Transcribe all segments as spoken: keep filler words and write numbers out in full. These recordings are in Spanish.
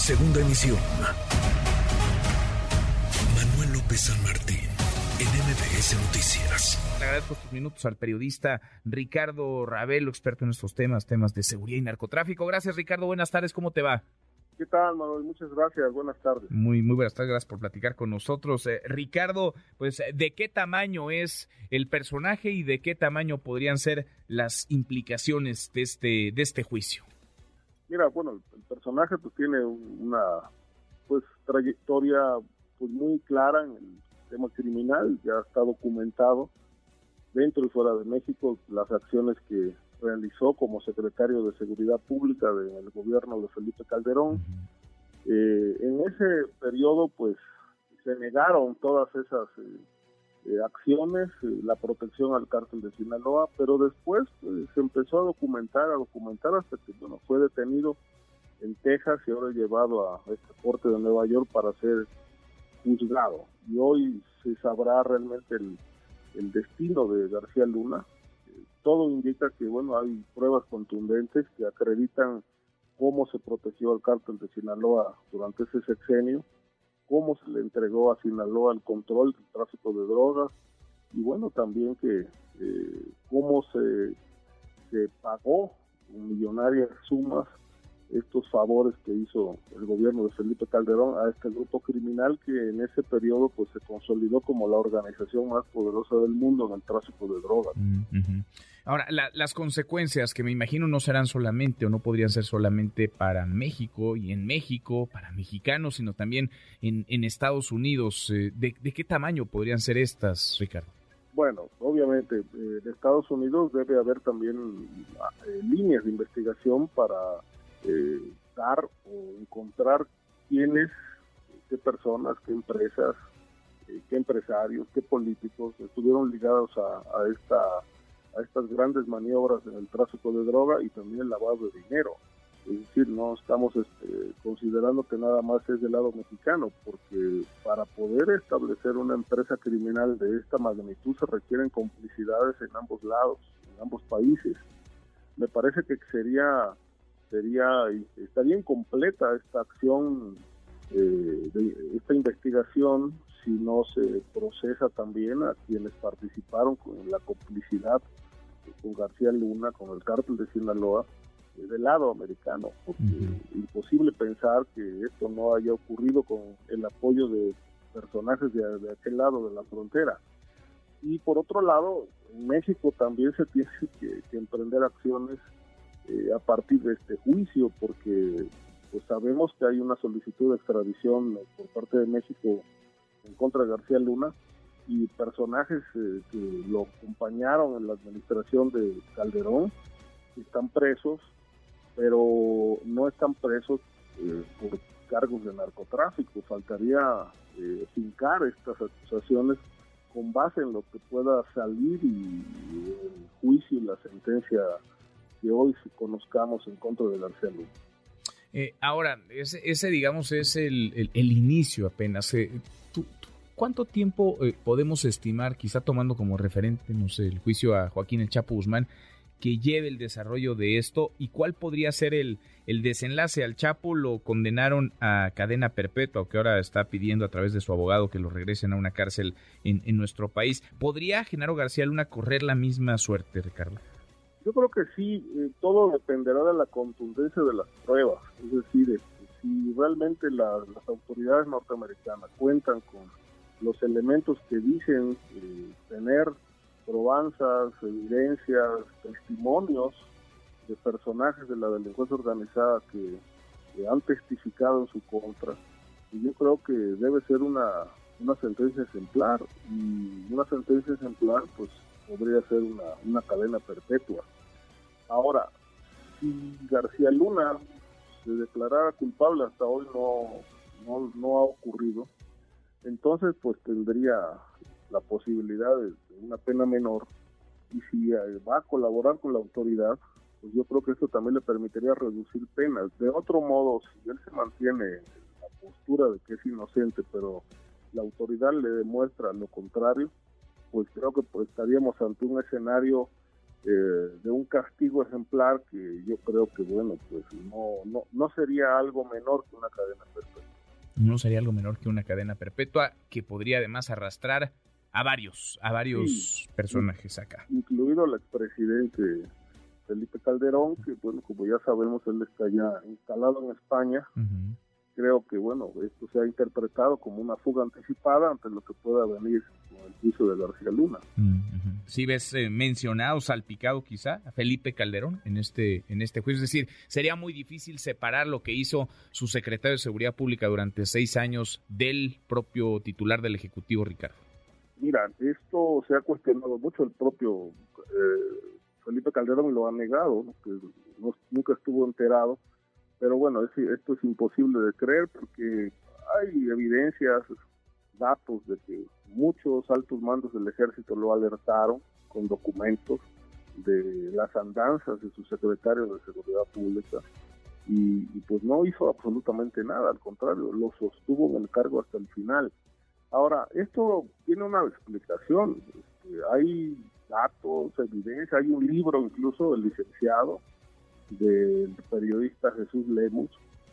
Segunda emisión. Manuel López San Martín, en M B S Noticias. Le agradezco estos minutos al periodista Ricardo Ravelo, experto en estos temas, temas de seguridad y narcotráfico. Gracias, Ricardo. Buenas tardes. ¿Cómo te va? ¿Qué tal, Manuel? Muchas gracias. Buenas tardes. Muy, muy buenas tardes. Gracias por platicar con nosotros. Eh, Ricardo, pues, ¿de qué tamaño es el personaje y de qué tamaño podrían ser las implicaciones de este, de este juicio? Mira, bueno, el, el personaje pues tiene una pues trayectoria pues muy clara en el tema criminal, ya está documentado dentro y fuera de México las acciones que realizó como secretario de Seguridad Pública del gobierno de Felipe Calderón. Uh-huh. Eh, en ese periodo pues se negaron todas esas eh, eh, acciones, eh, la protección al cártel de Sinaloa, pero después pues, se empezó a documentar, a documentar hasta que bueno, fue detenido en Texas y ahora llevado a esta corte de Nueva York para ser juzgado. Y hoy se sabrá realmente el, el destino de García Luna. Eh, todo indica que bueno hay pruebas contundentes que acreditan cómo se protegió al cártel de Sinaloa durante ese sexenio, cómo se le entregó a Sinaloa el control del tráfico de drogas y bueno, también que eh, cómo se, se pagó en millonarias sumas estos favores que hizo el gobierno de Felipe Calderón a este grupo criminal que en ese periodo pues se consolidó como la organización más poderosa del mundo en el tráfico de drogas. Uh-huh. Ahora, la, las consecuencias que me imagino no serán solamente o no podrían ser solamente para México y en México, para mexicanos, sino también en, en Estados Unidos. ¿De, ¿De qué tamaño podrían ser estas, Ricardo? Bueno, obviamente eh, en Estados Unidos debe haber también eh, líneas de investigación para eh, dar o encontrar quiénes, qué personas, qué empresas, eh, qué empresarios, qué políticos estuvieron ligados a, a esta a estas grandes maniobras en el tráfico de droga y también el lavado de dinero. Es decir, no estamos este, considerando que nada más es del lado mexicano, porque para poder establecer una empresa criminal de esta magnitud se requieren complicidades en ambos lados, en ambos países. Me parece que sería, sería estaría incompleta esta acción, eh, de esta investigación, si no se procesa también a quienes participaron con la complicidad con García Luna, con el cártel de Sinaloa, del lado americano, porque uh-huh. imposible pensar que esto no haya ocurrido con el apoyo de personajes de, de aquel lado de la frontera. Y por otro lado, en México también se tiene que, que emprender acciones eh, a partir de este juicio, porque pues sabemos que hay una solicitud de extradición por parte de México en contra de García Luna, y personajes eh, que lo acompañaron en la administración de Calderón están presos, pero no están presos eh, por cargos de narcotráfico. Faltaría eh, fincar estas acusaciones con base en lo que pueda salir y, y el juicio y la sentencia que hoy conozcamos en contra de García Luna. Eh, ahora, ese, ese digamos es el, el, el inicio apenas. Eh, ¿tú, tú, ¿Cuánto tiempo eh, podemos estimar, quizá tomando como referente, no sé, el juicio a Joaquín El Chapo Guzmán, que lleve el desarrollo de esto y cuál podría ser el, el desenlace? Al Chapo lo condenaron a cadena perpetua, que ahora está pidiendo a través de su abogado que lo regresen a una cárcel en, en nuestro país. ¿Podría Genaro García Luna correr la misma suerte, Ricardo? Yo creo que sí, eh, todo dependerá de la contundencia de las pruebas. Es decir, este, si realmente la, las autoridades norteamericanas cuentan con los elementos que dicen eh, tener, probanzas, evidencias, testimonios de personajes de la delincuencia organizada que, que han testificado en su contra, y yo creo que debe ser una, una sentencia ejemplar, y una sentencia ejemplar pues podría ser una, una cadena perpetua. Ahora, si García Luna se declarara culpable, hasta hoy no, no, no ha ocurrido, entonces pues tendría la posibilidad de una pena menor, y si va a colaborar con la autoridad, pues yo creo que eso también le permitiría reducir penas. De otro modo, si él se mantiene en la postura de que es inocente, pero la autoridad le demuestra lo contrario, pues creo que pues estaríamos ante un escenario eh, de un castigo ejemplar que yo creo que, bueno, pues no, no, no sería algo menor que una cadena perpetua. No sería algo menor que una cadena perpetua que podría además arrastrar a varios, a varios sí, personajes acá. Incluido el expresidente Felipe Calderón, que bueno, como ya sabemos, él está ya instalado en España. Uh-huh. Creo que bueno, esto se ha interpretado como una fuga anticipada ante lo que pueda venir con el juicio de García Luna. Uh-huh. ¿Sí ves eh, mencionado, salpicado quizá a Felipe Calderón en este, en este juicio? Es decir, sería muy difícil separar lo que hizo su secretario de Seguridad Pública durante seis años del propio titular del Ejecutivo, Ricardo. Mira, esto se ha cuestionado mucho, el propio eh, Felipe Calderón lo ha negado, ¿no? Que no, nunca estuvo enterado, pero bueno, es, esto es imposible de creer porque hay evidencias, datos de que muchos altos mandos del ejército lo alertaron con documentos de las andanzas de su secretario de Seguridad Pública y, y pues no hizo absolutamente nada, al contrario, lo sostuvo en el cargo hasta el final. Ahora, esto tiene una explicación, este, hay datos, evidencia, hay un libro incluso del licenciado, del periodista Jesús Lemus,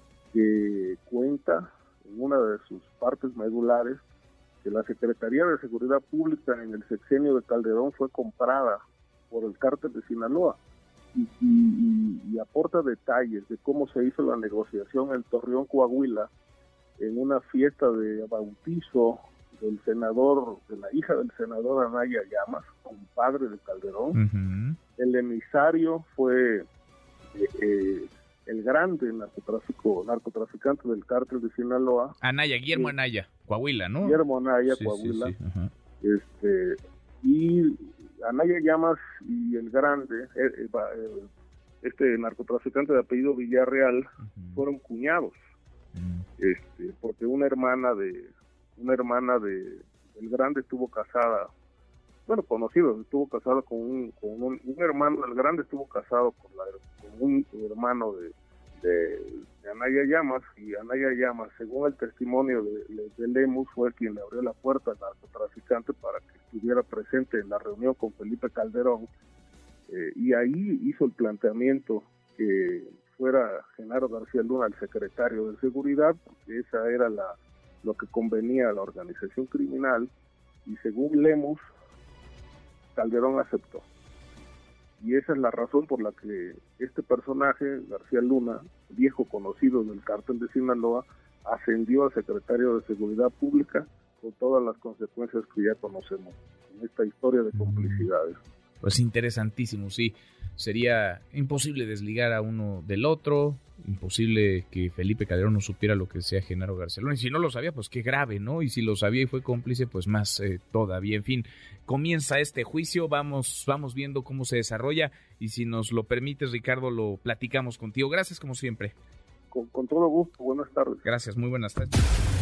que cuenta en una de sus partes medulares que la Secretaría de Seguridad Pública en el sexenio de Calderón fue comprada por el Cártel de Sinaloa y, y, y aporta detalles de cómo se hizo la negociación en Torreón, Coahuila, en una fiesta de bautizo del senador, de la hija del senador Anaya Llamas, compadre de Calderón. Uh-huh. El emisario fue eh, eh, el grande narcotráfico, narcotraficante del Cártel de Sinaloa. Anaya, Guillermo eh, Anaya, Coahuila, ¿no? Guillermo Anaya, sí, Coahuila. Sí, sí. Uh-huh. Este, y Anaya Llamas y el grande, eh, eh, este narcotraficante de apellido Villarreal, uh-huh. fueron cuñados. Este, porque una hermana de una hermana de del grande estuvo casada, bueno, conocido, estuvo casada con un con un, un hermano del grande estuvo casado con, la, con un hermano de, de, de Anaya Llamas, y Anaya Llamas, según el testimonio de, de, de Lemus, fue quien le abrió la puerta al narcotraficante para que estuviera presente en la reunión con Felipe Calderón, eh, y ahí hizo el planteamiento que fuera Genaro García Luna el secretario de Seguridad, porque esa era la lo que convenía a la organización criminal, y según Lemus, Calderón aceptó. Y esa es la razón por la que este personaje, García Luna, viejo conocido del Cártel de Sinaloa, ascendió a secretario de Seguridad Pública con todas las consecuencias que ya conocemos en esta historia de complicidades. Pues interesantísimo, sí. Sería imposible desligar a uno del otro, imposible que Felipe Calderón no supiera lo que sea Genaro García Luna. Y si no lo sabía, pues qué grave, ¿no? Y si lo sabía y fue cómplice, pues más eh, todavía. En fin, comienza este juicio, vamos, vamos viendo cómo se desarrolla. Y si nos lo permites, Ricardo, lo platicamos contigo. Gracias, como siempre. Con, con todo gusto, buenas tardes. Gracias, muy buenas tardes.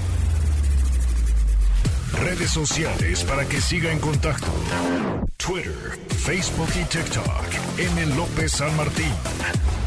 Redes sociales para que siga en contacto: Twitter, Facebook y TikTok. M. López San Martín.